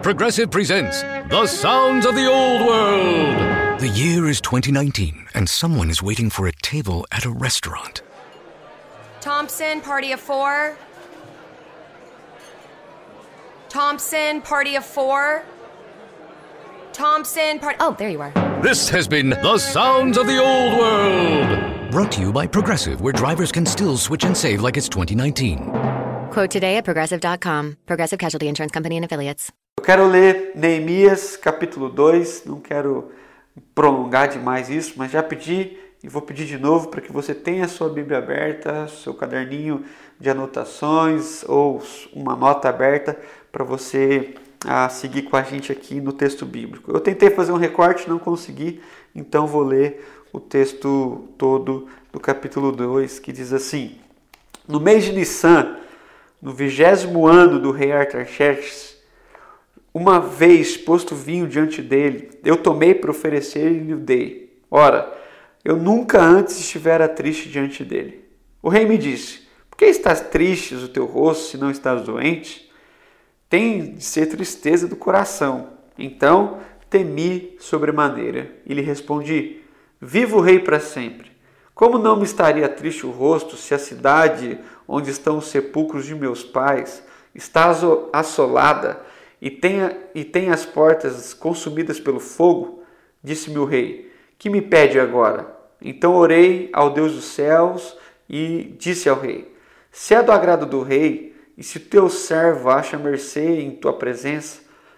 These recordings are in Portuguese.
Progressive presents The Sounds of the Old World. The year is 2019, and someone is waiting for a table at a restaurant. Thompson, party of four. Thompson, party of four. Thompson, party... Oh, there you are. This has been The Sounds of the Old World. Brought to you by Progressive, where drivers can still switch and save like it's 2019. Quote today at Progressive.com. Progressive Casualty Insurance Company and Affiliates. Eu quero ler Neemias, capítulo 2. Não quero prolongar demais isso, mas já pedi e vou pedir de novo para que você tenha a sua Bíblia aberta, seu caderninho de anotações ou uma nota aberta para você seguir com a gente aqui no texto bíblico. Eu tentei fazer um recorte, não consegui, então vou ler o texto todo do capítulo 2, que diz assim: No mês de Nissan, no 20º ano do rei Artaxerxes, uma vez posto vinho diante dele, eu tomei para oferecer e lhe dei. Ora, eu nunca antes estivera triste diante dele. O rei me disse: Por que estás triste o teu rosto, se não estás doente? Tem de ser tristeza do coração. Então temi sobremaneira e lhe respondi: Viva o rei para sempre. Como não me estaria triste o rosto se a cidade onde estão os sepulcros de meus pais está assolada e tem as portas consumidas pelo fogo? Disse-me o rei: Que me pede agora? Então orei ao Deus dos céus e disse ao rei: Se é do agrado do rei, e se teu servo acha mercê em tua presença,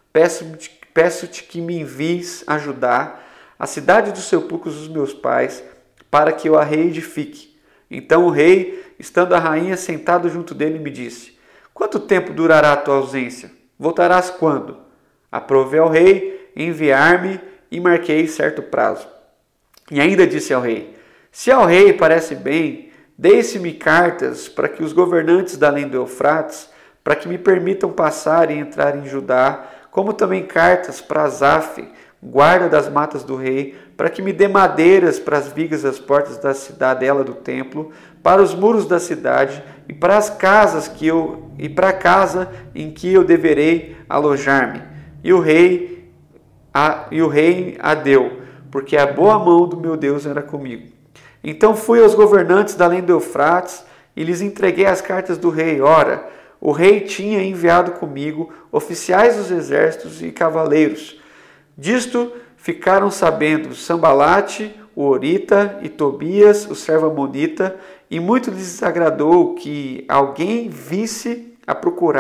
peço-te que me envies ajudar a cidade dos sepulcros dos meus pais, para que eu a reedifique. Então o rei, estando a rainha sentado junto dele, me disse: Quanto tempo durará a tua ausência? Voltarás quando? Aprovei ao rei enviar-me e marquei certo prazo. E ainda disse ao rei: Se ao rei parece bem, deixe-me cartas para que os governantes da além do Eufrates, para que me permitam passar e entrar em Judá, como também cartas para Asaf, guarda das matas do rei, para que me dê madeiras para as vigas das portas da cidadela do templo, para os muros da cidade e para as casas para a casa em que eu deverei alojar-me. E o rei a deu, porque a boa mão do meu Deus era comigo. Então fui aos governantes da além do Eufrates e lhes entreguei as cartas do rei. Ora, o rei tinha enviado comigo oficiais dos exércitos e cavaleiros. Disto ficaram sabendo Sambalate, o Horita, e Tobias, o servo amonita, e muito lhes agradou que alguém viesse a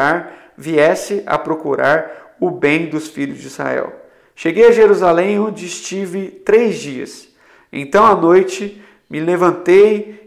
procurar o bem dos filhos de Israel. Cheguei a Jerusalém, onde estive 3 dias. Então à noite me levantei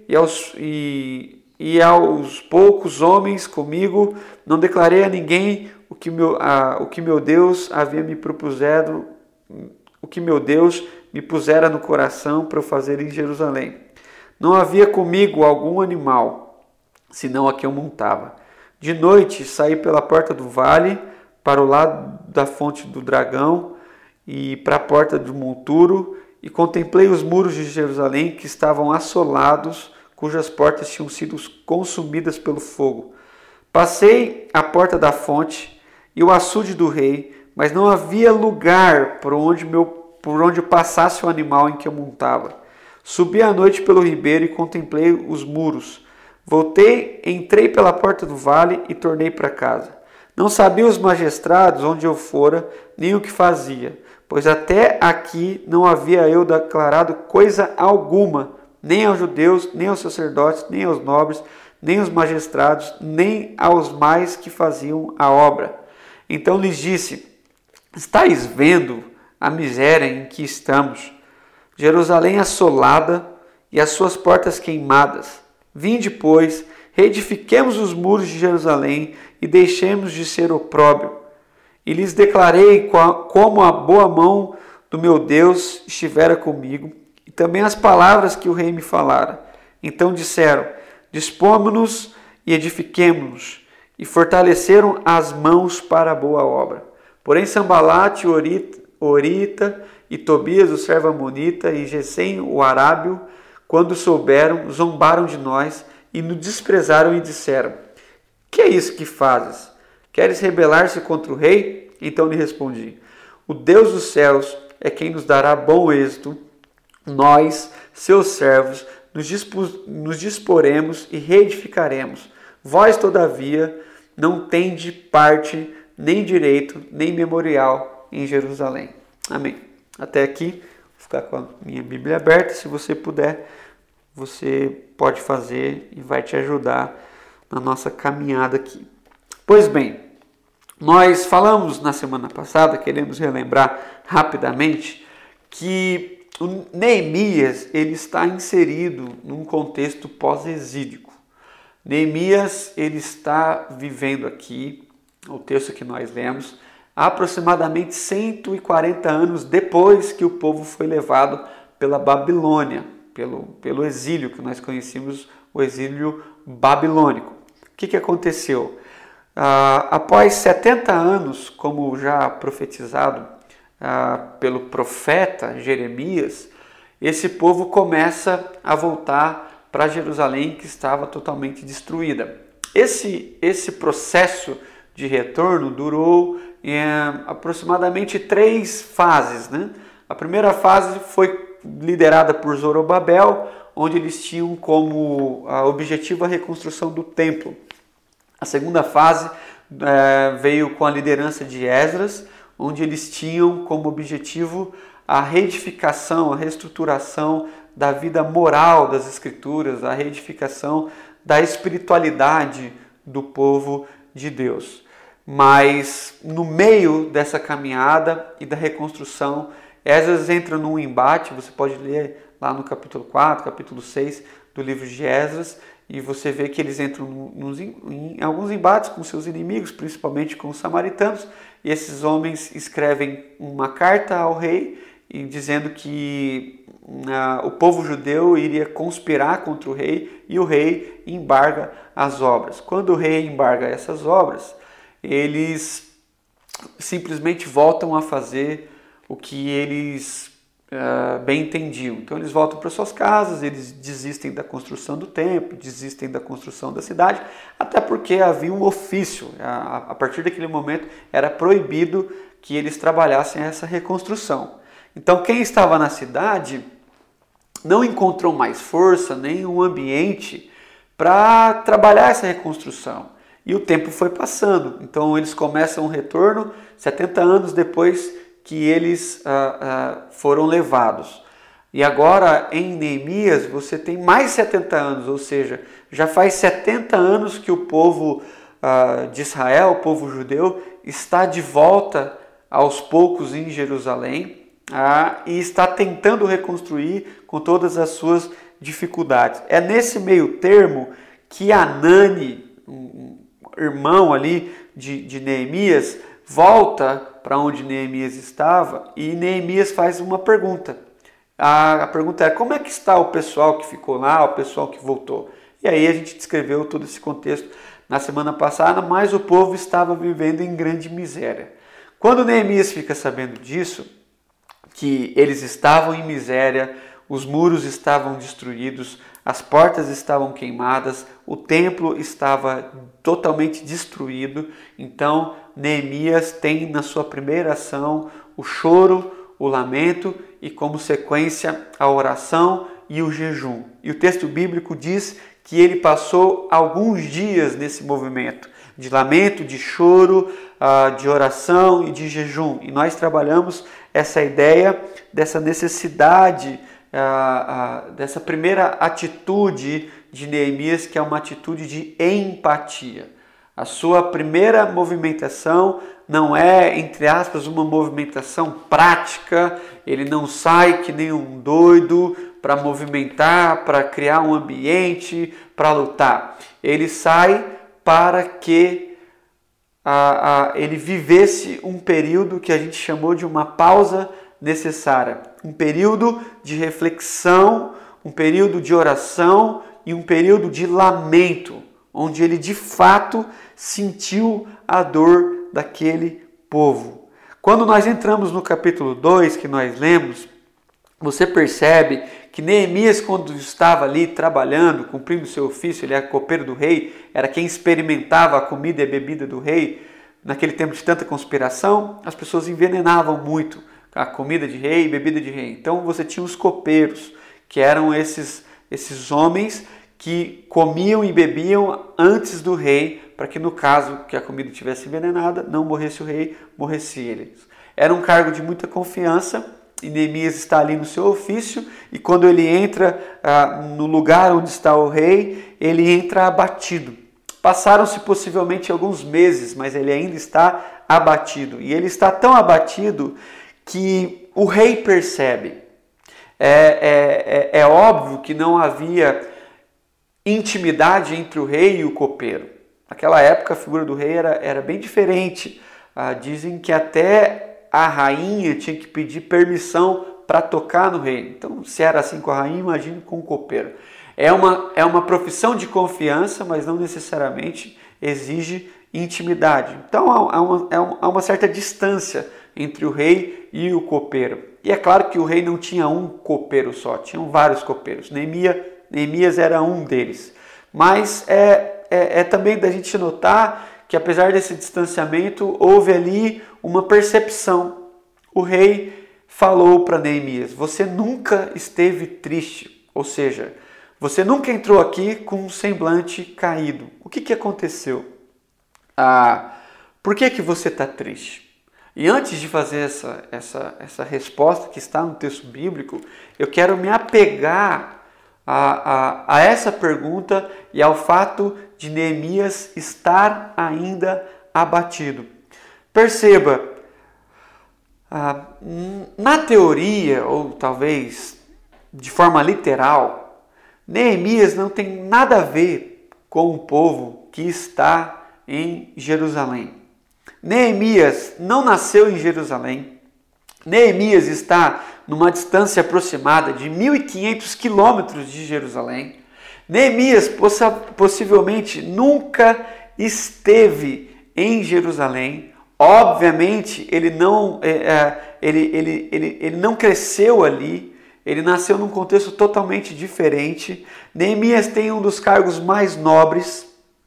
e aos poucos homens comigo não declarei a ninguém o que meu Deus havia me propuseram, o que meu Deus me pusera no coração para eu fazer em Jerusalém. Não havia comigo algum animal, senão a que eu montava. De noite saí pela porta do vale, para o lado da fonte do dragão e para a porta do monturo, e contemplei os muros de Jerusalém que estavam assolados, cujas portas tinham sido consumidas pelo fogo. Passei a porta da fonte e o açude do rei, mas não havia lugar por onde passasse o animal em que eu montava. Subi à noite pelo ribeiro e contemplei os muros. Voltei, entrei pela porta do vale e tornei para casa. Não sabiam os magistrados onde eu fora, nem o que fazia, pois até aqui não havia eu declarado coisa alguma, nem aos judeus, nem aos sacerdotes, nem aos nobres, nem aos magistrados, nem aos mais que faziam a obra. Então lhes disse: Estais vendo a miséria em que estamos, Jerusalém assolada e as suas portas queimadas. Vinde, pois, reedifiquemos os muros de Jerusalém e deixemos de ser opróbrio. E lhes declarei como a boa mão do meu Deus estivera comigo, e também as palavras que o rei me falara. Então disseram: Dispomos-nos e edifiquemo-nos, e fortaleceram as mãos para a boa obra. Porém Sambalate, Horita, e Tobias, o servo amonita, e Gesem, o arábio, quando souberam, zombaram de nós e nos desprezaram e disseram: Que é isso que fazes? Queres rebelar-se contra o rei? Então lhe respondi: o Deus dos céus é quem nos dará bom êxito. Nós, seus servos, nos disporemos e reedificaremos. Vós, todavia, não tendes parte, nem direito, nem memorial em Jerusalém. Amém. Até aqui, vou ficar com a minha Bíblia aberta. Se você puder, você pode fazer e vai te ajudar na nossa caminhada aqui. Pois bem, nós falamos na semana passada, queremos relembrar rapidamente, que o Neemias ele está inserido num contexto pós-exílico. Neemias ele está vivendo aqui, o texto que nós lemos, aproximadamente 140 anos depois que o povo foi levado pela Babilônia, pelo exílio que nós conhecemos, o exílio babilônico. O que aconteceu? Após 70 anos, como já profetizado pelo profeta Jeremias, esse povo começa a voltar para Jerusalém, que estava totalmente destruída. Esse processo de retorno durou aproximadamente 3 fases, né? A primeira fase foi liderada por Zorobabel, onde eles tinham como objetivo a reconstrução do templo. A segunda fase veio com a liderança de Esdras, onde eles tinham como objetivo a reedificação, a reestruturação da vida moral das Escrituras, a reedificação da espiritualidade do povo de Deus. Mas no meio dessa caminhada e da reconstrução, Esdras entra num embate, você pode ler lá no capítulo 4, capítulo 6 do livro de Esdras, e você vê que eles entram em alguns embates com seus inimigos, principalmente com os samaritanos, e esses homens escrevem uma carta ao rei, dizendo que o povo judeu iria conspirar contra o rei, e o rei embarga as obras. Quando o rei embarga essas obras, eles simplesmente voltam a fazer o que eles bem entendiam. Então eles voltam para suas casas, eles desistem da construção do templo, desistem da construção da cidade, até porque havia um ofício. A partir daquele momento era proibido que eles trabalhassem essa reconstrução. Então quem estava na cidade não encontrou mais força, nem um ambiente para trabalhar essa reconstrução. E o tempo foi passando. Então eles começam um retorno 70 anos depois que eles foram levados. E agora em Neemias você tem mais 70 anos, ou seja, já faz 70 anos que o povo de Israel, o povo judeu, está de volta aos poucos em Jerusalém e está tentando reconstruir com todas as suas dificuldades. É nesse meio termo que Hanani, um irmão ali de Neemias, volta para onde Neemias estava e Neemias faz uma pergunta. A pergunta é: como é que está o pessoal que ficou lá, o pessoal que voltou? E aí a gente descreveu todo esse contexto na semana passada, mas o povo estava vivendo em grande miséria. Quando Neemias fica sabendo disso, que eles estavam em miséria, os muros estavam destruídos, as portas estavam queimadas, o templo estava totalmente destruído. Então Neemias tem na sua primeira ação o choro, o lamento e como sequência a oração e o jejum. E o texto bíblico diz que ele passou alguns dias nesse movimento de lamento, de choro, de oração e de jejum. E nós trabalhamos essa ideia dessa necessidade, dessa primeira atitude de Neemias, que é uma atitude de empatia. A sua primeira movimentação não é, entre aspas, uma movimentação prática. Ele não sai que nem um doido para movimentar, para criar um ambiente, para lutar. Ele sai para que ele vivesse um período que a gente chamou de uma pausa necessária. Um período de reflexão, um período de oração e um período de lamento, onde ele de fato sentiu a dor daquele povo. Quando nós entramos no capítulo 2 que nós lemos, você percebe que Neemias, quando estava ali trabalhando, cumprindo seu ofício, ele era copeiro do rei, era quem experimentava a comida e a bebida do rei, naquele tempo de tanta conspiração, as pessoas envenenavam muito a comida de rei e bebida de rei. Então você tinha os copeiros, que eram esses homens que comiam e bebiam antes do rei, para que no caso que a comida tivesse envenenada, não morresse o rei, morresse eles. Era um cargo de muita confiança, e Neemias está ali no seu ofício, e quando ele entra no lugar onde está o rei, ele entra abatido. Passaram-se possivelmente alguns meses, mas ele ainda está abatido. E ele está tão abatido que o rei percebe. É óbvio que não havia intimidade entre o rei e o copeiro. Naquela época a figura do rei era bem diferente. Dizem que até a rainha tinha que pedir permissão para tocar no rei. Então, se era assim com a rainha, imagine com o copeiro. É uma profissão de confiança, mas não necessariamente exige intimidade. Então, há uma certa distância entre o rei e o copeiro. E é claro que o rei não tinha um copeiro só, tinham vários copeiros. Neemias era um deles. Mas é também da gente notar que apesar desse distanciamento, houve ali uma percepção. O rei falou para Neemias: você nunca esteve triste, ou seja, você nunca entrou aqui com um semblante caído. O que aconteceu? Por que você está triste? E antes de fazer essa resposta que está no texto bíblico, eu quero me apegar a essa pergunta e ao fato de Neemias estar ainda abatido. Perceba, na teoria, ou talvez de forma literal, Neemias não tem nada a ver com o povo que está em Jerusalém. Neemias não nasceu em Jerusalém. Neemias está numa distância aproximada de 1.500 quilômetros de Jerusalém. Neemias possivelmente nunca esteve em Jerusalém. Obviamente, ele não cresceu ali. Ele nasceu num contexto totalmente diferente. Neemias tem um dos cargos mais nobres,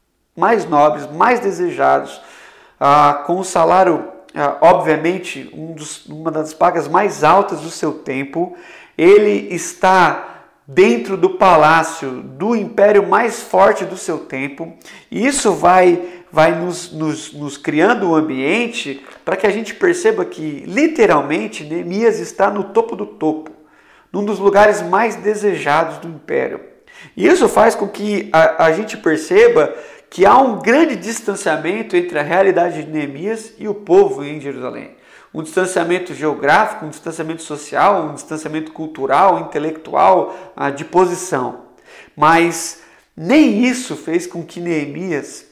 mais desejados, com um salário, obviamente, uma das pagas mais altas do seu tempo. Ele está dentro do palácio do império mais forte do seu tempo. E isso vai nos criando um ambiente para que a gente perceba que, literalmente, Neemias está no topo do topo, num dos lugares mais desejados do império. E isso faz com que a gente perceba que há um grande distanciamento entre a realidade de Neemias e o povo em Jerusalém. Um distanciamento geográfico, um distanciamento social, um distanciamento cultural, intelectual, de posição. Mas nem isso fez com que Neemias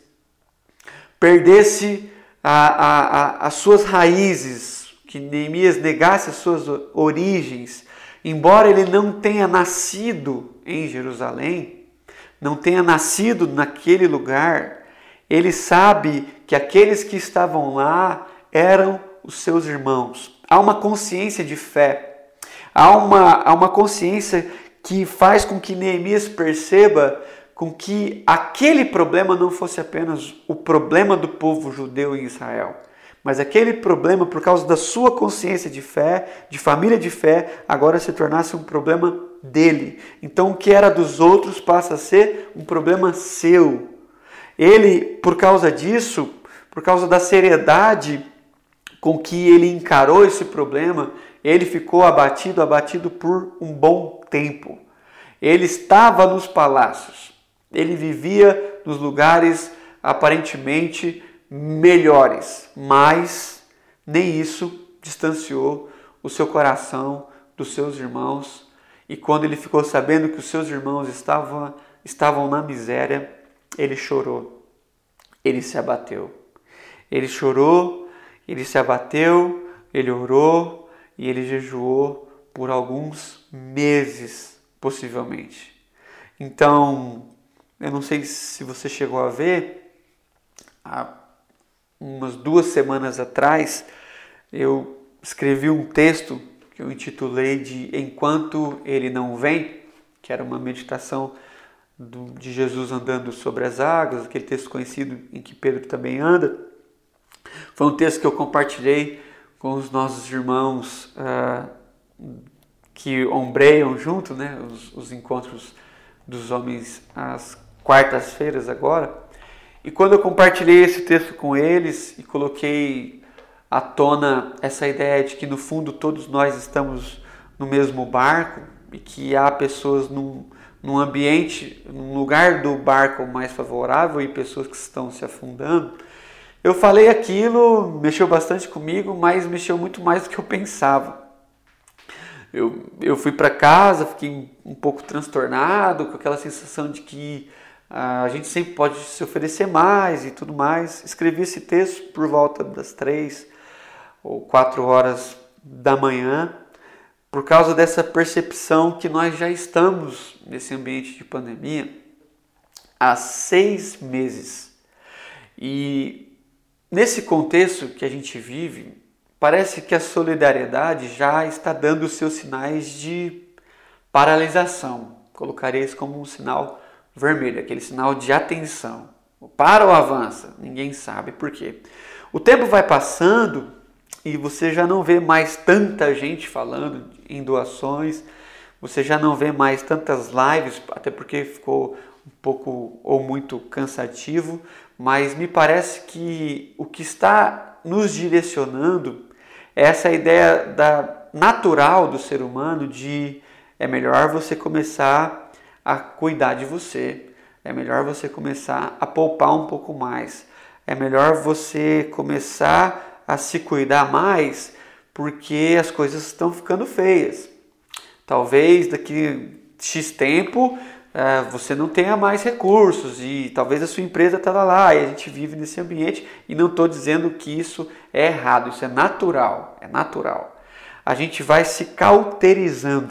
perdesse as suas raízes, que Neemias negasse as suas origens. Embora ele não tenha nascido em Jerusalém, não tenha nascido naquele lugar, ele sabe que aqueles que estavam lá eram os seus irmãos. Há uma consciência de fé, há uma consciência que faz com que Neemias perceba com que aquele problema não fosse apenas o problema do povo judeu em Israel, mas aquele problema, por causa da sua consciência de fé, de família de fé, agora se tornasse um problema dele. Então o que era dos outros passa a ser um problema seu. Ele, por causa disso, por causa da seriedade com que ele encarou esse problema, ele ficou abatido por um bom tempo. Ele estava nos palácios, ele vivia nos lugares aparentemente melhores, mas nem isso distanciou o seu coração dos seus irmãos. E quando ele ficou sabendo que os seus irmãos estavam na miséria, ele chorou, ele se abateu. Ele chorou, ele se abateu, ele orou e ele jejuou por alguns meses, possivelmente. Então, eu não sei se você chegou a ver, há umas 2 semanas atrás, eu escrevi um texto que eu intitulei de Enquanto Ele Não Vem, que era uma meditação de Jesus andando sobre as águas, aquele texto conhecido em que Pedro também anda. Foi um texto que eu compartilhei com os nossos irmãos que ombreiam junto, né, os encontros dos homens às quartas-feiras agora. E quando eu compartilhei esse texto com eles e coloquei à tona essa ideia de que no fundo todos nós estamos no mesmo barco e que há pessoas num ambiente, num lugar do barco mais favorável e pessoas que estão se afundando, eu falei aquilo, mexeu bastante comigo, mas mexeu muito mais do que eu pensava. Eu fui para casa, fiquei um pouco transtornado, com aquela sensação de que a gente sempre pode se oferecer mais e tudo mais. Escrevi esse texto por volta das 3 ou 4 horas da manhã, por causa dessa percepção que nós já estamos nesse ambiente de pandemia há 6 meses. E nesse contexto que a gente vive, parece que a solidariedade já está dando os seus sinais de paralisação. Colocaria isso como um sinal vermelho, aquele sinal de atenção. Para ou avança? Ninguém sabe por quê. O tempo vai passando e você já não vê mais tanta gente falando em doações, você já não vê mais tantas lives, até porque ficou um pouco ou muito cansativo, mas me parece que o que está nos direcionando é essa ideia natural do ser humano de é melhor você começar a cuidar de você, é melhor você começar a poupar um pouco mais, é melhor você começar a se cuidar mais porque as coisas estão ficando feias. Talvez daqui a X tempo você não tenha mais recursos e talvez a sua empresa está lá e a gente vive nesse ambiente e não estou dizendo que isso é errado, isso é natural, A gente vai se cauterizando,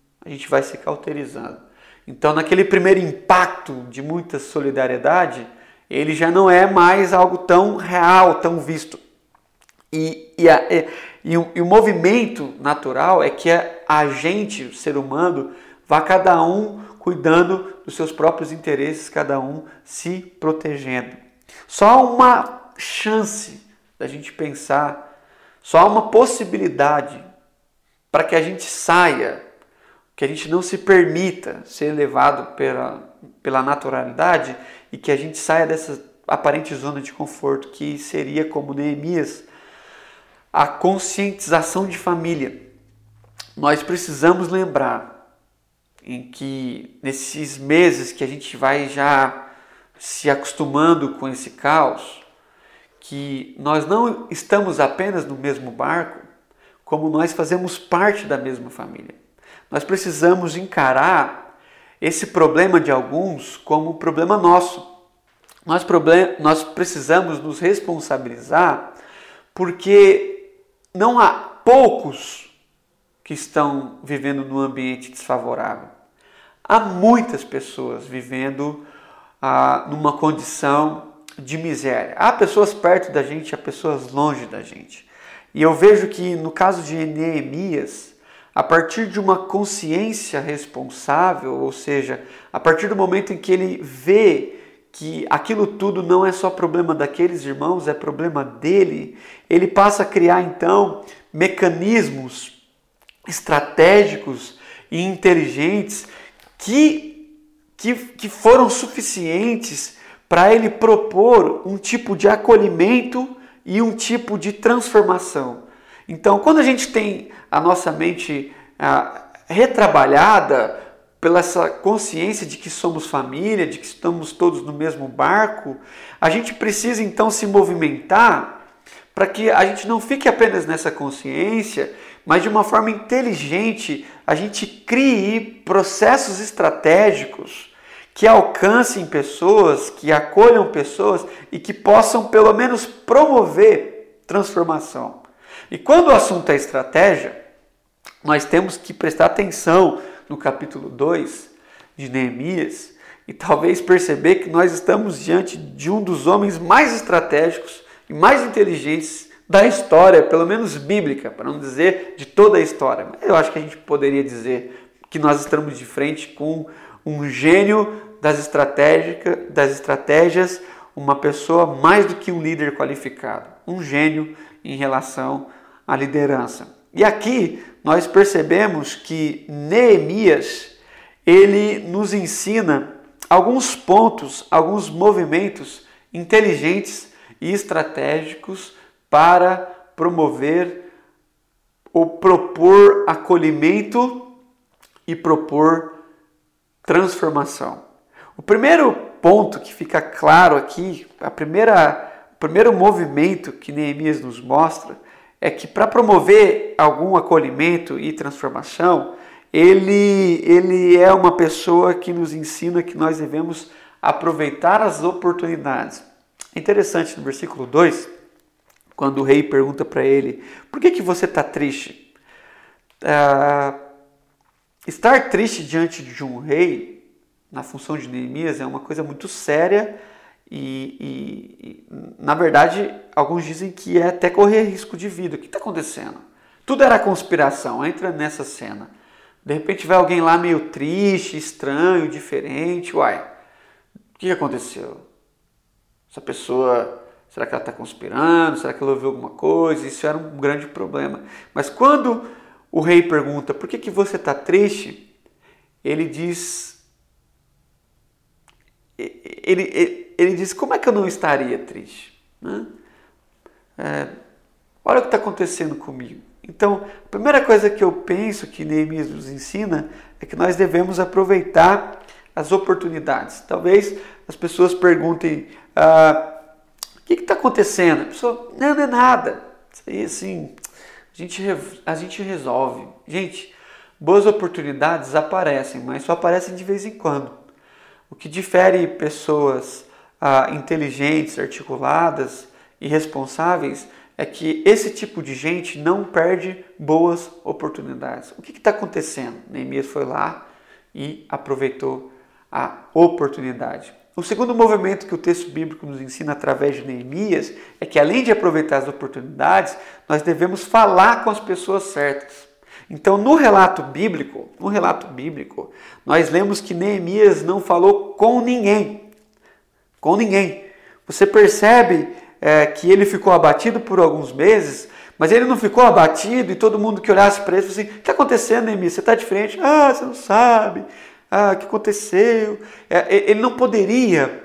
Então naquele primeiro impacto de muita solidariedade, ele já não é mais algo tão real, tão visto. E o movimento natural é que a gente, o ser humano, vá cada um cuidando dos seus próprios interesses, cada um se protegendo. Só uma chance da gente pensar, só uma possibilidade para que a gente saia, que a gente não se permita ser levado pela naturalidade e que a gente saia dessa aparente zona de conforto que seria, como Neemias, a conscientização de família. Nós precisamos lembrar em que nesses meses que a gente vai já se acostumando com esse caos, que nós não estamos apenas no mesmo barco, como nós fazemos parte da mesma família. Nós precisamos encarar esse problema de alguns como problema nosso. Nós precisamos nos responsabilizar porque não há poucos que estão vivendo num ambiente desfavorável. Há muitas pessoas vivendo numa condição de miséria. Há pessoas perto da gente, há pessoas longe da gente. E eu vejo que no caso de Neemias, a partir de uma consciência responsável, ou seja, a partir do momento em que ele vê que aquilo tudo não é só problema daqueles irmãos, é problema dele, ele passa a criar então mecanismos estratégicos e inteligentes que foram suficientes para ele propor um tipo de acolhimento e um tipo de transformação. Então, quando a gente tem a nossa mente retrabalhada pela essa consciência de que somos família, de que estamos todos no mesmo barco, a gente precisa então se movimentar para que a gente não fique apenas nessa consciência, mas de uma forma inteligente a gente crie processos estratégicos que alcancem pessoas, que acolham pessoas e que possam pelo menos promover transformação. E quando o assunto é estratégia, nós temos que prestar atenção no capítulo 2 de Neemias e talvez perceber que nós estamos diante de um dos homens mais estratégicos e mais inteligentes da história, pelo menos bíblica, para não dizer de toda a história. Mas eu acho que a gente poderia dizer que nós estamos de frente com um gênio das estratégias, uma pessoa mais do que um líder qualificado. um gênio em relação à liderança. E aqui nós percebemos que Neemias, ele nos ensina alguns pontos, alguns movimentos inteligentes e estratégicos para promover ou propor acolhimento e propor transformação. O primeiro ponto que fica claro aqui, o primeiro movimento que Neemias nos mostra é que para promover algum acolhimento e transformação, ele é uma pessoa que nos ensina que nós devemos aproveitar as oportunidades. É interessante no versículo 2, quando o rei pergunta para ele, por que você está triste? Estar triste diante de um rei, na função de Neemias, é uma coisa muito séria e na verdade, alguns dizem que é até correr risco de vida. O que está acontecendo? Tudo era conspiração, entra nessa cena. De repente vai alguém lá meio triste, estranho, diferente. Uai, o que aconteceu? Essa pessoa, será que ela está conspirando? Será que ela ouviu alguma coisa? Isso era um grande problema. Mas quando o rei pergunta, por que você está triste? Ele diz, como é que eu não estaria triste? Né? Olha o que está acontecendo comigo. Então, a primeira coisa que eu penso que Neemias nos ensina é que nós devemos aproveitar as oportunidades. Talvez as pessoas perguntem, o que está acontecendo? A pessoa, não é nada. Isso aí, assim, a gente resolve. Gente, boas oportunidades aparecem, mas só aparecem de vez em quando. O que difere pessoas inteligentes, articuladas e responsáveis é que esse tipo de gente não perde boas oportunidades. O que está acontecendo? Neemias foi lá e aproveitou a oportunidade. O segundo movimento que o texto bíblico nos ensina através de Neemias é que, além de aproveitar as oportunidades, nós devemos falar com as pessoas certas. Então, no relato bíblico, nós lemos que Neemias não falou com ninguém. Com ninguém. Você percebe que ele ficou abatido por alguns meses, mas ele não ficou abatido e todo mundo que olhasse para ele falou assim, o que está acontecendo, Neemias? Você está diferente? Você não sabe. O que aconteceu? Ele não poderia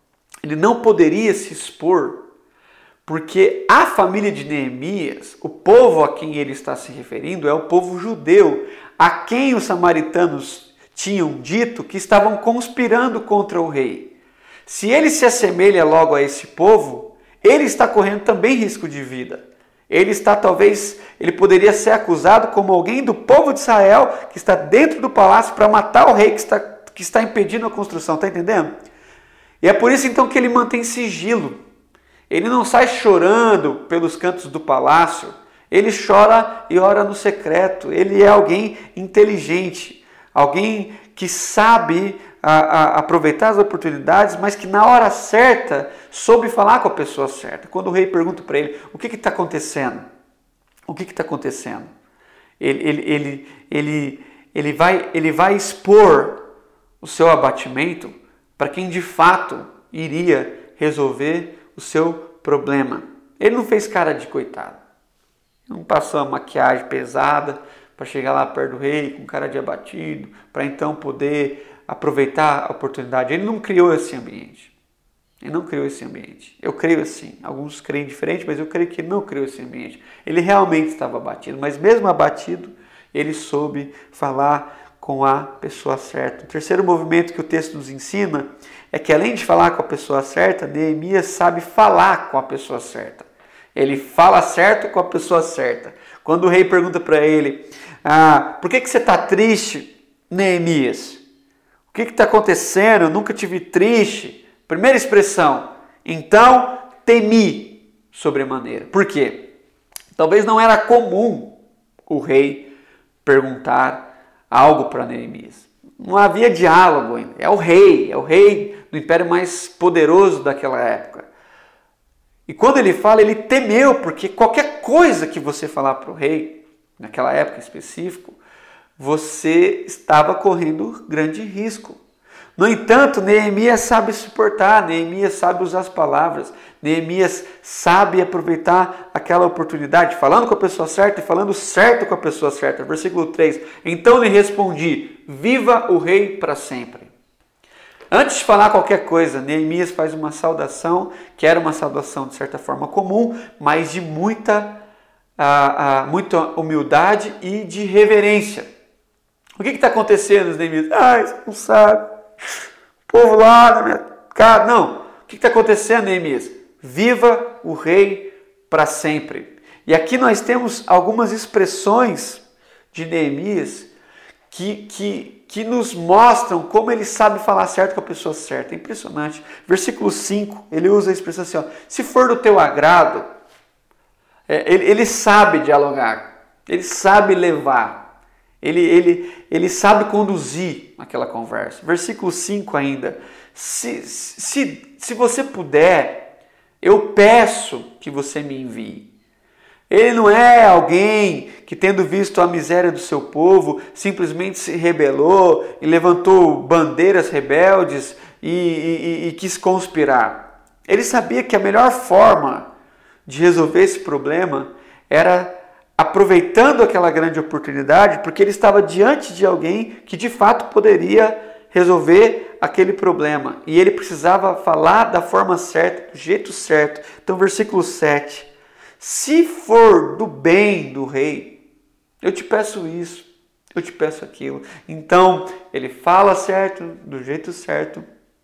se expor, porque a família de Neemias, o povo a quem ele está se referindo, é o povo judeu, a quem os samaritanos tinham dito que estavam conspirando contra o rei. Se ele se assemelha logo a esse povo, ele está correndo também risco de vida. Ele poderia ser acusado como alguém do povo de Israel que está dentro do palácio para matar o rei que está impedindo a construção, está entendendo? E é por isso então que ele mantém sigilo. Ele não sai chorando pelos cantos do palácio, ele chora e ora no secreto. Ele é alguém inteligente, alguém que sabe aproveitar as oportunidades, mas que na hora certa soube falar com a pessoa certa. Quando o rei pergunta para ele, o que está acontecendo? O que está acontecendo? Ele vai expor o seu abatimento para quem de fato iria resolver o seu problema. Ele não fez cara de coitado. Não passou a maquiagem pesada para chegar lá perto do rei com cara de abatido, para então poder aproveitar a oportunidade. Ele não criou esse ambiente. Eu creio assim. Alguns creem diferente, mas eu creio que ele não criou esse ambiente. Ele realmente estava abatido, mas mesmo abatido, ele soube falar com a pessoa certa. O terceiro movimento que o texto nos ensina é que, além de falar com a pessoa certa, Neemias sabe falar com a pessoa certa. Ele fala certo com a pessoa certa. Quando o rei pergunta para ele, por que você está triste, Neemias? O que está acontecendo? Eu nunca te vi triste. Primeira expressão, então temi sobremaneira. Por quê? Talvez não era comum o rei perguntar algo para Neemias. Não havia diálogo ainda. É o rei do império mais poderoso daquela época. E quando ele fala, ele temeu, porque qualquer coisa que você falar para o rei, naquela época em específico, você estava correndo grande risco. No entanto, Neemias sabe suportar, Neemias sabe usar as palavras, Neemias sabe aproveitar aquela oportunidade, falando com a pessoa certa e falando certo com a pessoa certa. Versículo 3, então lhe respondi, viva o rei para sempre. Antes de falar qualquer coisa, Neemias faz uma saudação, que era uma saudação de certa forma comum, mas de muita humildade e de reverência. O que está acontecendo, Neemias? Você não sabe. O povo lá na minha casa. Não. O que está acontecendo, Neemias? Viva o rei para sempre. E aqui nós temos algumas expressões de Neemias que nos mostram como ele sabe falar certo com a pessoa certa. É impressionante. Versículo 5, ele usa a expressão assim, se for do teu agrado, ele sabe dialogar, ele sabe levar. Ele sabe conduzir aquela conversa. Versículo 5 ainda. Se você puder, eu peço que você me envie. Ele não é alguém que, tendo visto a miséria do seu povo, simplesmente se rebelou e levantou bandeiras rebeldes e quis conspirar. Ele sabia que a melhor forma de resolver esse problema era aproveitando aquela grande oportunidade, porque ele estava diante de alguém que de fato poderia resolver aquele problema. E ele precisava falar da forma certa, do jeito certo. Então, versículo 7. Se for do bem do rei, eu te peço isso, eu te peço aquilo. Então, ele fala certo, do jeito certo.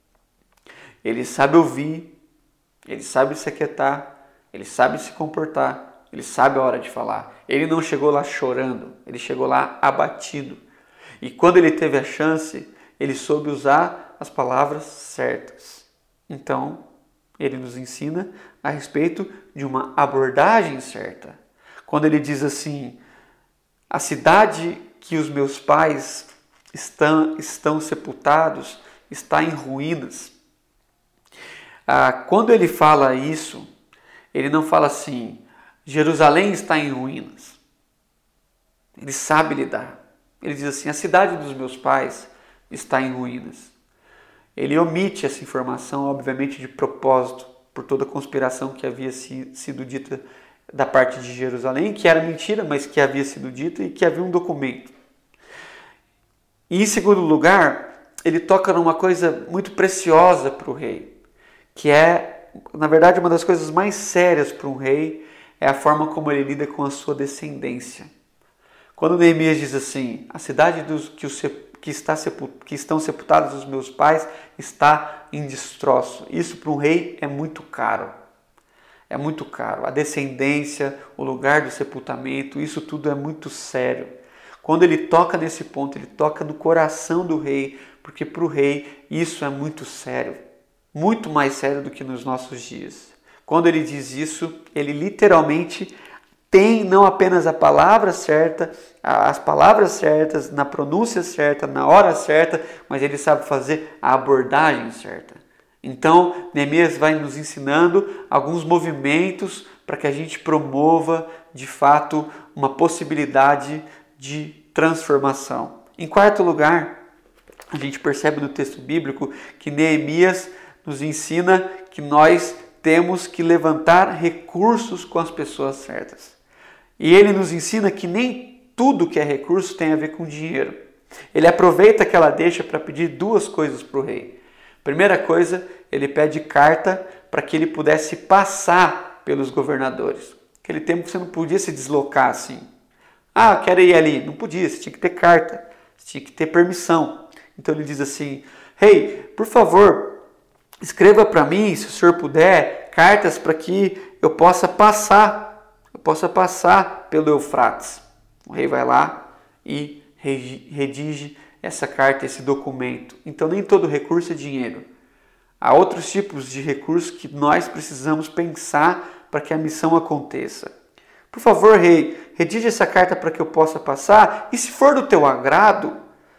Ele sabe ouvir, ele sabe se aquietar, ele sabe se comportar. Ele sabe a hora de falar. Ele não chegou lá chorando, ele chegou lá abatido. E quando ele teve a chance, ele soube usar as palavras certas. Então, ele nos ensina a respeito de uma abordagem certa. Quando ele diz assim, a cidade que os meus pais estão sepultados está em ruínas. Quando ele fala isso, ele não fala assim, Jerusalém está em ruínas. Ele sabe lidar. Ele diz assim, a cidade dos meus pais está em ruínas. Ele omite essa informação, obviamente de propósito, por toda a conspiração que havia sido dita da parte de Jerusalém, que era mentira, mas que havia sido dita e que havia um documento. E em segundo lugar, ele toca numa coisa muito preciosa para o rei, que é, na verdade, uma das coisas mais sérias para um rei, é a forma como ele lida com a sua descendência. Quando Neemias diz assim, a cidade que estão sepultados os meus pais está em destroço. Isso para um rei é muito caro. É muito caro. A descendência, o lugar do sepultamento, isso tudo é muito sério. Quando ele toca nesse ponto, ele toca no coração do rei, porque para o rei isso é muito sério. Muito mais sério do que nos nossos dias. Quando ele diz isso, ele literalmente tem não apenas a palavra certa, as palavras certas, na pronúncia certa, na hora certa, mas ele sabe fazer a abordagem certa. Então, Neemias vai nos ensinando alguns movimentos para que a gente promova, de fato, uma possibilidade de transformação. Em quarto lugar, a gente percebe no texto bíblico que Neemias nos ensina que nós temos que levantar recursos com as pessoas certas. E ele nos ensina que nem tudo que é recurso tem a ver com dinheiro. Ele aproveita aquela deixa para pedir duas coisas para o rei. Primeira coisa, ele pede carta para que ele pudesse passar pelos governadores. Naquele tempo você não podia se deslocar assim. Eu quero ir ali. Não podia, você tinha que ter carta, você tinha que ter permissão. Então ele diz assim, rei, por favor, escreva para mim, se o senhor puder, cartas para que eu possa passar pelo Eufrates. O rei vai lá e redige essa carta, esse documento. Então nem todo recurso é dinheiro. Há outros tipos de recursos que nós precisamos pensar para que a missão aconteça. Por favor, rei, redige essa carta para que eu possa passar, e se for do teu agrado,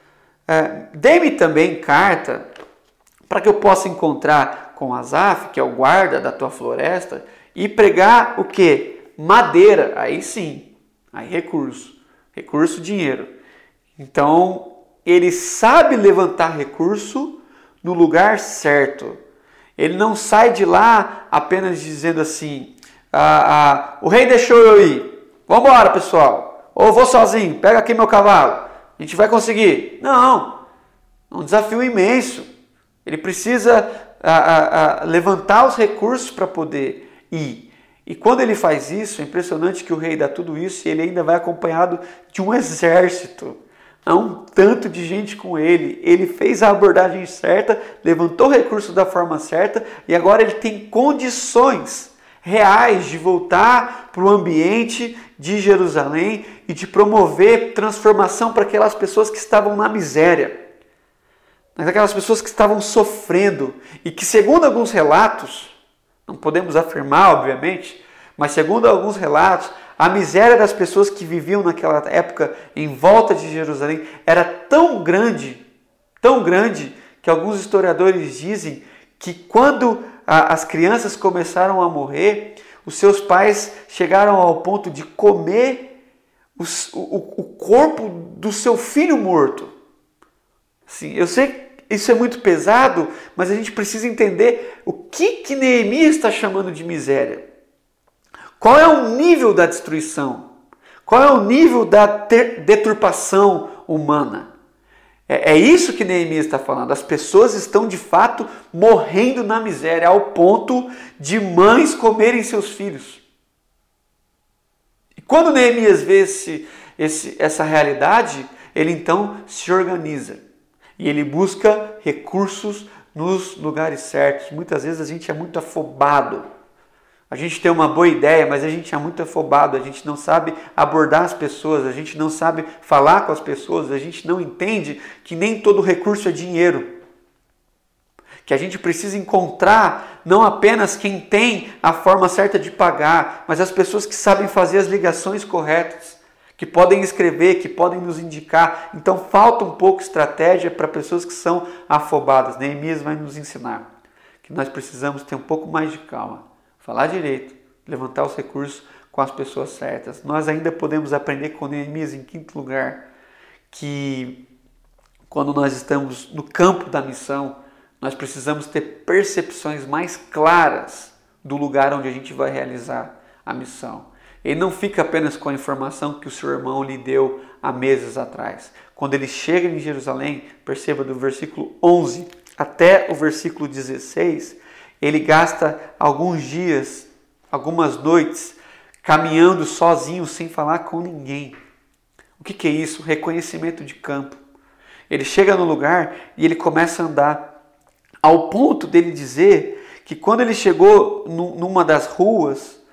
dê-me também carta para que eu possa encontrar com Asaf, que é o guarda da tua floresta, e pregar o quê? Madeira. Aí sim, aí recurso, dinheiro. Então, ele sabe levantar recurso no lugar certo. Ele não sai de lá apenas dizendo assim, o rei deixou eu ir, vamos embora pessoal, ou vou sozinho, pega aqui meu cavalo, a gente vai conseguir. Não, é um desafio imenso. Ele precisa levantar os recursos para poder ir. E quando ele faz isso, é impressionante que o rei dá tudo isso e ele ainda vai acompanhado de um exército. Há um tanto de gente com ele. Ele fez a abordagem certa, levantou o recurso da forma certa e agora ele tem condições reais de voltar para o ambiente de Jerusalém e de promover transformação para aquelas pessoas que estavam na miséria. Mas aquelas pessoas que estavam sofrendo e que, segundo alguns relatos, não podemos afirmar, obviamente, mas segundo alguns relatos, a miséria das pessoas que viviam naquela época em volta de Jerusalém era tão grande, que alguns historiadores dizem que quando as crianças começaram a morrer, os seus pais chegaram ao ponto de comer o corpo do seu filho morto. Sim, eu sei que isso é muito pesado, mas a gente precisa entender o que Neemias está chamando de miséria. Qual é o nível da destruição? Qual é o nível da deturpação humana? É isso que Neemias está falando. As pessoas estão de fato morrendo na miséria, ao ponto de mães comerem seus filhos. E quando Neemias vê essa realidade, ele então se organiza. E ele busca recursos nos lugares certos. Muitas vezes a gente é muito afobado. A gente tem uma boa ideia, mas a gente é muito afobado. A gente não sabe abordar as pessoas. A gente não sabe falar com as pessoas. A gente não entende que nem todo recurso é dinheiro. Que a gente precisa encontrar não apenas quem tem a forma certa de pagar, mas as pessoas que sabem fazer as ligações corretas, que podem escrever, que podem nos indicar. Então falta um pouco de estratégia para pessoas que são afobadas. Neemias vai nos ensinar que nós precisamos ter um pouco mais de calma, falar direito, levantar os recursos com as pessoas certas. Nós ainda podemos aprender com Neemias, em quinto lugar, que quando nós estamos no campo da missão, nós precisamos ter percepções mais claras do lugar onde a gente vai realizar a missão. Ele não fica apenas com a informação que o seu irmão lhe deu há meses atrás. Quando ele chega em Jerusalém, perceba do versículo 11 até o versículo 16, ele gasta alguns dias, algumas noites, caminhando sozinho, sem falar com ninguém. O que é isso? Reconhecimento de campo. Ele chega no lugar e ele começa a andar, ao ponto dele dizer que quando ele chegou numa das ruas,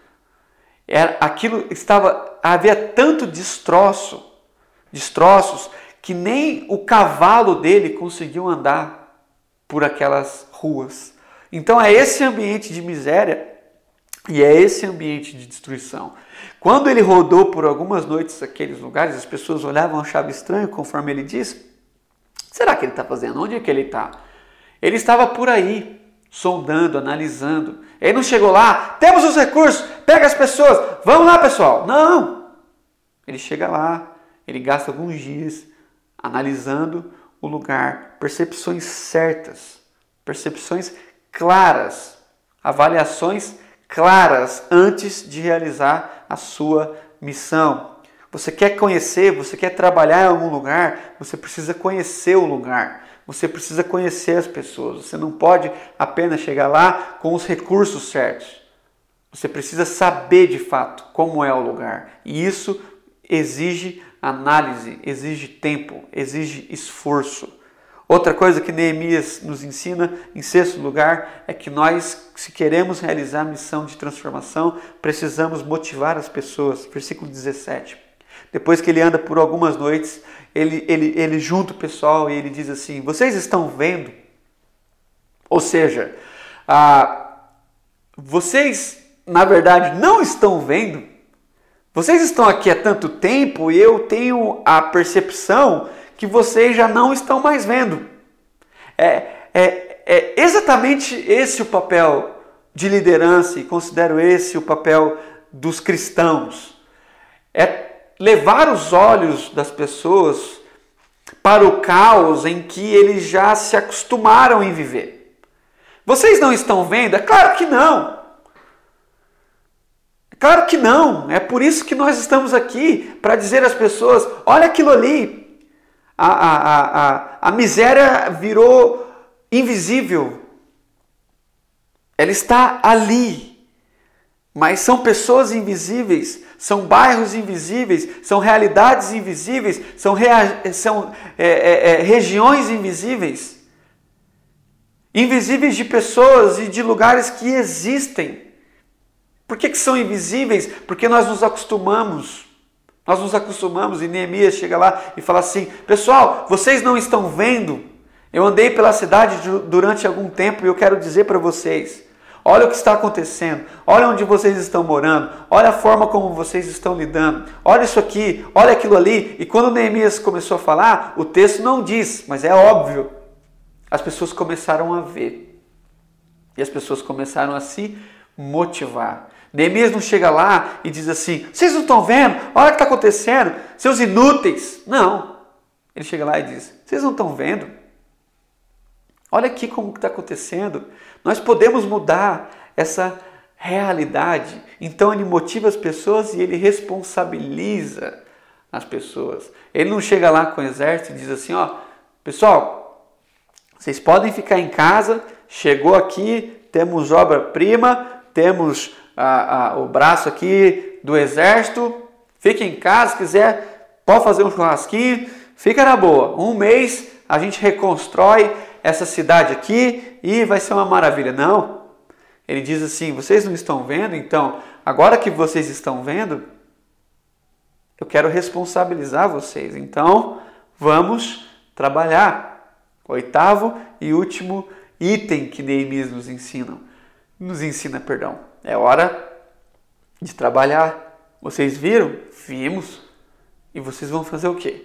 havia tanto destroços que nem o cavalo dele conseguiu andar por aquelas ruas. Então é esse ambiente de miséria e é esse ambiente de destruição. Quando ele rodou por algumas noites aqueles lugares, as pessoas olhavam, achavam estranho, conforme ele disse. Será que ele está fazendo? Onde é que ele está? Ele estava por aí, sondando, analisando. Ele não chegou lá, temos os recursos, pega as pessoas, vamos lá pessoal. Não! Ele chega lá, ele gasta alguns dias analisando o lugar, percepções certas, percepções claras, avaliações claras antes de realizar a sua missão. Você quer conhecer, você quer trabalhar em algum lugar, você precisa conhecer o lugar. Você precisa conhecer as pessoas. Você não pode apenas chegar lá com os recursos certos. Você precisa saber de fato como é o lugar. E isso exige análise, exige tempo, exige esforço. Outra coisa que Neemias nos ensina, em sexto lugar, é que nós, se queremos realizar a missão de transformação, precisamos motivar as pessoas. Versículo 17. Depois que ele anda por algumas noites, ele junta o pessoal e ele diz assim: vocês estão vendo? Ou seja, vocês na verdade não estão vendo? Vocês estão aqui há tanto tempo e eu tenho a percepção que vocês já não estão mais vendo. É exatamente esse o papel de liderança, e considero esse o papel dos cristãos. É levar os olhos das pessoas para o caos em que eles já se acostumaram em viver. Vocês não estão vendo? É claro que não. É claro que não. É por isso que nós estamos aqui, para dizer às pessoas, olha aquilo ali. A miséria virou invisível. Ela está ali. Mas são pessoas invisíveis, são bairros invisíveis, são realidades invisíveis, são regiões invisíveis. Invisíveis de pessoas e de lugares que existem. Por que são invisíveis? Porque nós nos acostumamos. Nós nos acostumamos e Neemias chega lá e fala assim, pessoal, vocês não estão vendo? Eu andei pela cidade durante algum tempo e eu quero dizer para vocês, olha o que está acontecendo, olha onde vocês estão morando, olha a forma como vocês estão lidando, olha isso aqui, olha aquilo ali. E quando Neemias começou a falar, o texto não diz, mas é óbvio, as pessoas começaram a ver. E as pessoas começaram a se motivar. Neemias não chega lá e diz assim, vocês não estão vendo? Olha o que está acontecendo, seus inúteis. Não, ele chega lá e diz, vocês não estão vendo? Olha aqui como está acontecendo. Nós podemos mudar essa realidade. Então ele motiva as pessoas e ele responsabiliza as pessoas. Ele não chega lá com o exército e diz assim, ó, pessoal, vocês podem ficar em casa, chegou aqui, temos obra-prima, temos o braço aqui do exército, fique em casa, se quiser, pode fazer um churrasquinho, fica na boa. Um mês a gente reconstrói essa cidade aqui e vai ser uma maravilha. Não, ele diz assim, vocês não estão vendo? Então, agora que vocês estão vendo, eu quero responsabilizar vocês. Então, vamos trabalhar. 8º e último item que Neemias nos ensina, é hora de trabalhar. Vocês viram? Vimos. E vocês vão fazer o quê?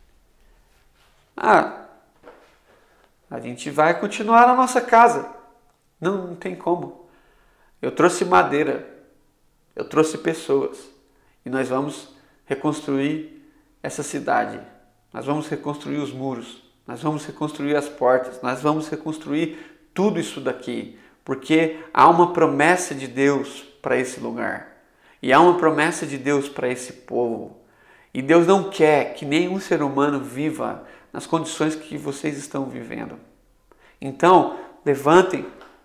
A gente vai continuar na nossa casa. Não tem como. Eu trouxe madeira. Eu trouxe pessoas. E nós vamos reconstruir essa cidade. Nós vamos reconstruir os muros. Nós vamos reconstruir as portas. Nós vamos reconstruir tudo isso daqui. Porque há uma promessa de Deus para esse lugar. E há uma promessa de Deus para esse povo. E Deus não quer que nenhum ser humano viva nas condições que vocês estão vivendo. Então, levantem,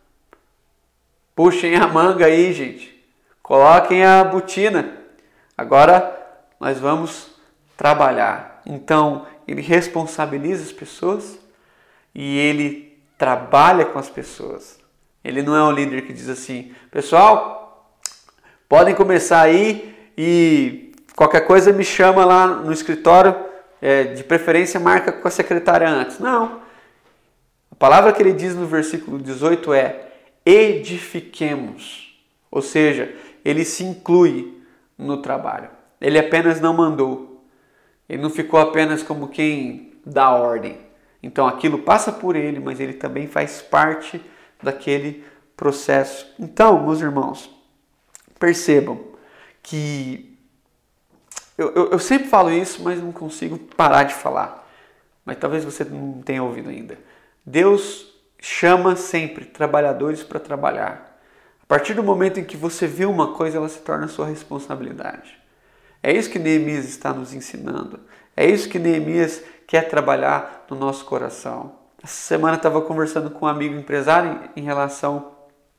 puxem a manga aí, gente. Coloquem a botina. Agora nós vamos trabalhar. Então, ele responsabiliza as pessoas e ele trabalha com as pessoas. Ele não é um líder que diz assim, pessoal, podem começar aí e qualquer coisa me chama lá no escritório, de preferência marca com a secretária antes. Não. A palavra que ele diz no versículo 18 é edifiquemos. Ou seja, ele se inclui no trabalho. Ele apenas não mandou. Ele não ficou apenas como quem dá ordem. Então aquilo passa por ele, mas ele também faz parte daquele processo. Então, meus irmãos, percebam que eu sempre falo isso, mas não consigo parar de falar. Mas talvez você não tenha ouvido ainda. Deus chama sempre trabalhadores para trabalhar. A partir do momento em que você vê uma coisa, ela se torna sua responsabilidade. É isso que Neemias está nos ensinando. É isso que Neemias quer trabalhar no nosso coração. Essa semana eu estava conversando com um amigo empresário em relação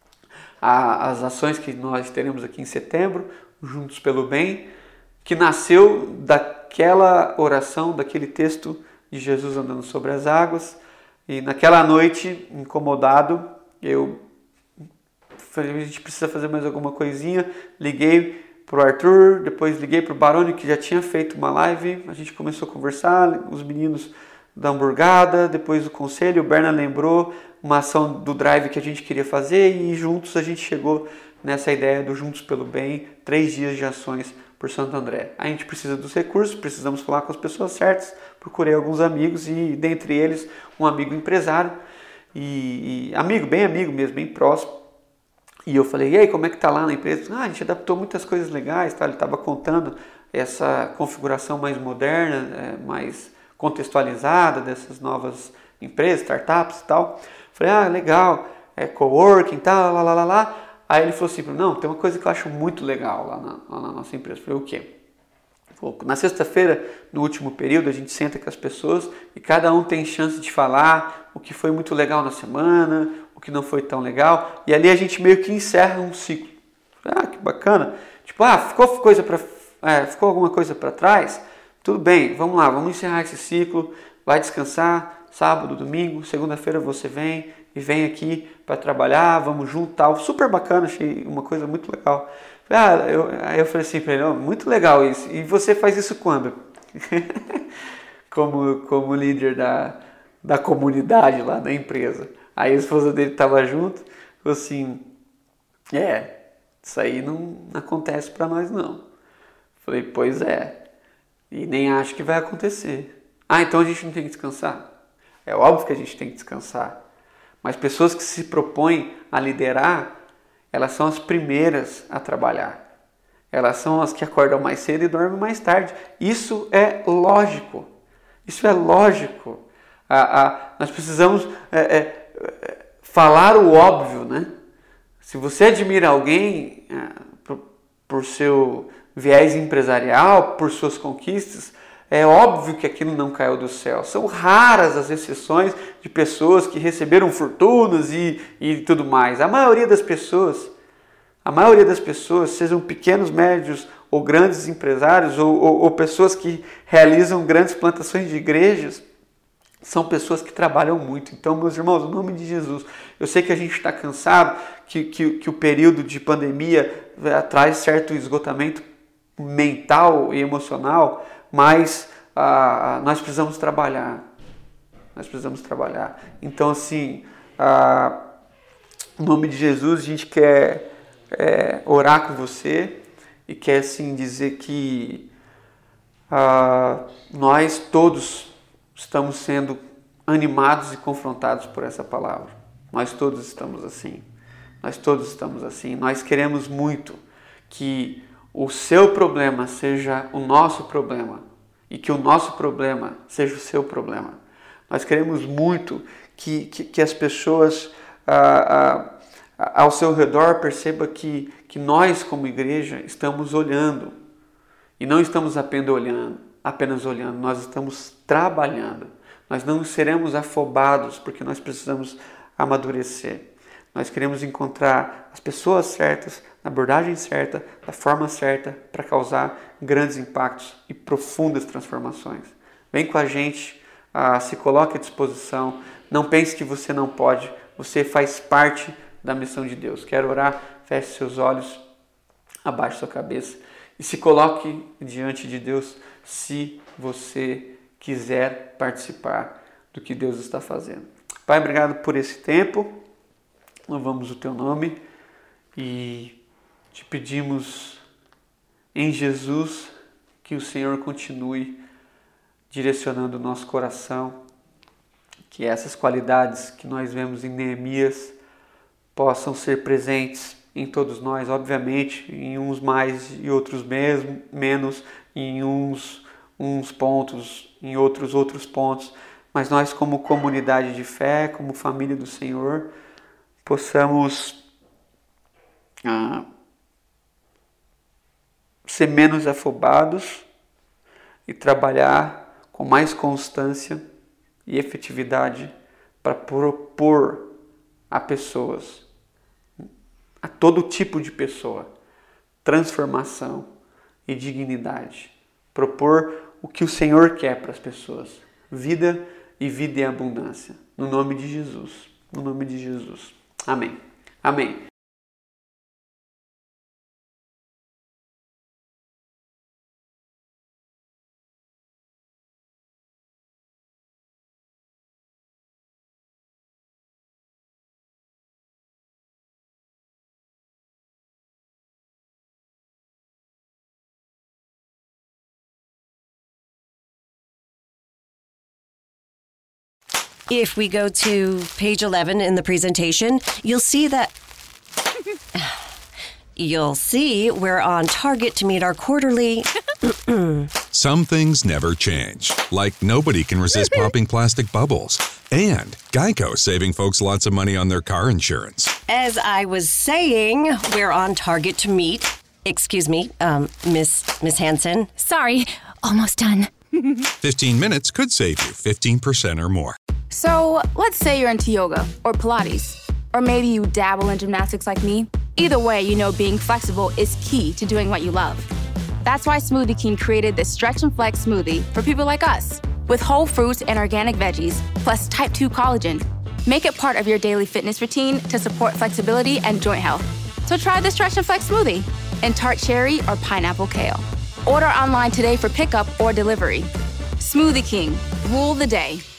às ações que nós teremos aqui em setembro, Juntos pelo Bem, que nasceu daquela oração, daquele texto de Jesus andando sobre as águas. E naquela noite, incomodado, eu falei, a gente precisa fazer mais alguma coisinha. Liguei para o Arthur, depois liguei para o Baroni, que já tinha feito uma live. A gente começou a conversar, os meninos da hamburgada, depois o conselho. O Berna lembrou uma ação do Drive que a gente queria fazer e juntos a gente chegou nessa ideia do Juntos pelo Bem, 3 dias de ações por Santo André. A gente precisa dos recursos, precisamos falar com as pessoas certas. Procurei alguns amigos e dentre eles um amigo empresário e amigo, bem amigo mesmo, bem próximo. E eu falei, e aí, como é que tá lá na empresa? A gente adaptou muitas coisas legais, tá? Ele estava contando essa configuração mais moderna, mais contextualizada dessas novas empresas, startups e tal. Falei, legal, coworking e tal, lá. Aí ele falou assim, não, tem uma coisa que eu acho muito legal lá na nossa empresa. Eu falei, o quê? Na sexta-feira, no último período, a gente senta com as pessoas e cada um tem chance de falar o que foi muito legal na semana, o que não foi tão legal, e ali a gente meio que encerra um ciclo. Que bacana. Tipo, ficou alguma coisa para trás? Tudo bem, vamos lá, vamos encerrar esse ciclo, vai descansar, sábado, domingo, segunda-feira você vem e vem aqui para trabalhar, vamos junto, tal. Super bacana, achei uma coisa muito legal. Aí eu falei assim para ele, muito legal isso. E você faz isso quando? como líder da comunidade lá da empresa. Aí a esposa dele estava junto, falou assim, isso aí não acontece para nós não. Falei, pois é, e nem acho que vai acontecer. Então a gente não tem que descansar? É óbvio que a gente tem que descansar. Mas pessoas que se propõem a liderar, elas são as primeiras a trabalhar. Elas são as que acordam mais cedo e dormem mais tarde. Isso é lógico. Isso é lógico. Nós precisamos falar o óbvio, né? Se você admira alguém por seu viés empresarial, por suas conquistas, é óbvio que aquilo não caiu do céu. São raras as exceções de pessoas que receberam fortunas e tudo mais. A maioria das pessoas, sejam pequenos, médios ou grandes empresários ou pessoas que realizam grandes plantações de igrejas, são pessoas que trabalham muito. Então, meus irmãos, em nome de Jesus, eu sei que a gente está cansado, que o período de pandemia traz certo esgotamento mental e emocional, mas nós precisamos trabalhar. Então, assim, em nome de Jesus, a gente quer orar com você e quer, assim, dizer que nós todos estamos sendo animados e confrontados por essa palavra. Nós todos estamos assim. Nós queremos muito que o seu problema seja o nosso problema e que o nosso problema seja o seu problema. Nós queremos muito que as pessoas ao seu redor percebam que nós, como igreja, estamos olhando. E não estamos apenas olhando, nós estamos trabalhando. Nós não seremos afobados porque nós precisamos amadurecer. Nós queremos encontrar as pessoas certas, na abordagem certa, da forma certa, para causar grandes impactos e profundas transformações. Vem com a gente, se coloque à disposição. Não pense que você não pode, você faz parte da missão de Deus. Quero orar, feche seus olhos, abaixe sua cabeça e se coloque diante de Deus se você quiser participar do que Deus está fazendo. Pai, obrigado por esse tempo. Louvamos o teu nome e te pedimos em Jesus que o Senhor continue direcionando o nosso coração, que essas qualidades que nós vemos em Neemias possam ser presentes em todos nós, obviamente, em uns mais e outros menos, em uns pontos, em outros pontos, mas nós como comunidade de fé, como família do Senhor, possamos ser menos afobados e trabalhar com mais constância e efetividade para propor a pessoas, a todo tipo de pessoa, transformação e dignidade. Propor o que o Senhor quer para as pessoas, vida e vida em abundância. No nome de Jesus. No nome de Jesus. Amém. Amém. If we go to page 11 in the presentation, you'll see we're on target to meet our quarterly Some things never change, like nobody can resist popping plastic bubbles. And Geico saving folks lots of money on their car insurance. As I was saying, we're on target to meet. Excuse me, Miss Hansen. Sorry, almost done. 15 minutes could save you 15% or more. So, let's say you're into yoga or Pilates, or maybe you dabble in gymnastics like me. Either way, you know being flexible is key to doing what you love. That's why Smoothie King created the Stretch and Flex smoothie for people like us, with whole fruits and organic veggies, plus type 2 collagen. Make it part of your daily fitness routine to support flexibility and joint health. So try the Stretch and Flex smoothie in tart cherry or pineapple kale. Order online today for pickup or delivery. Smoothie King, rule the day.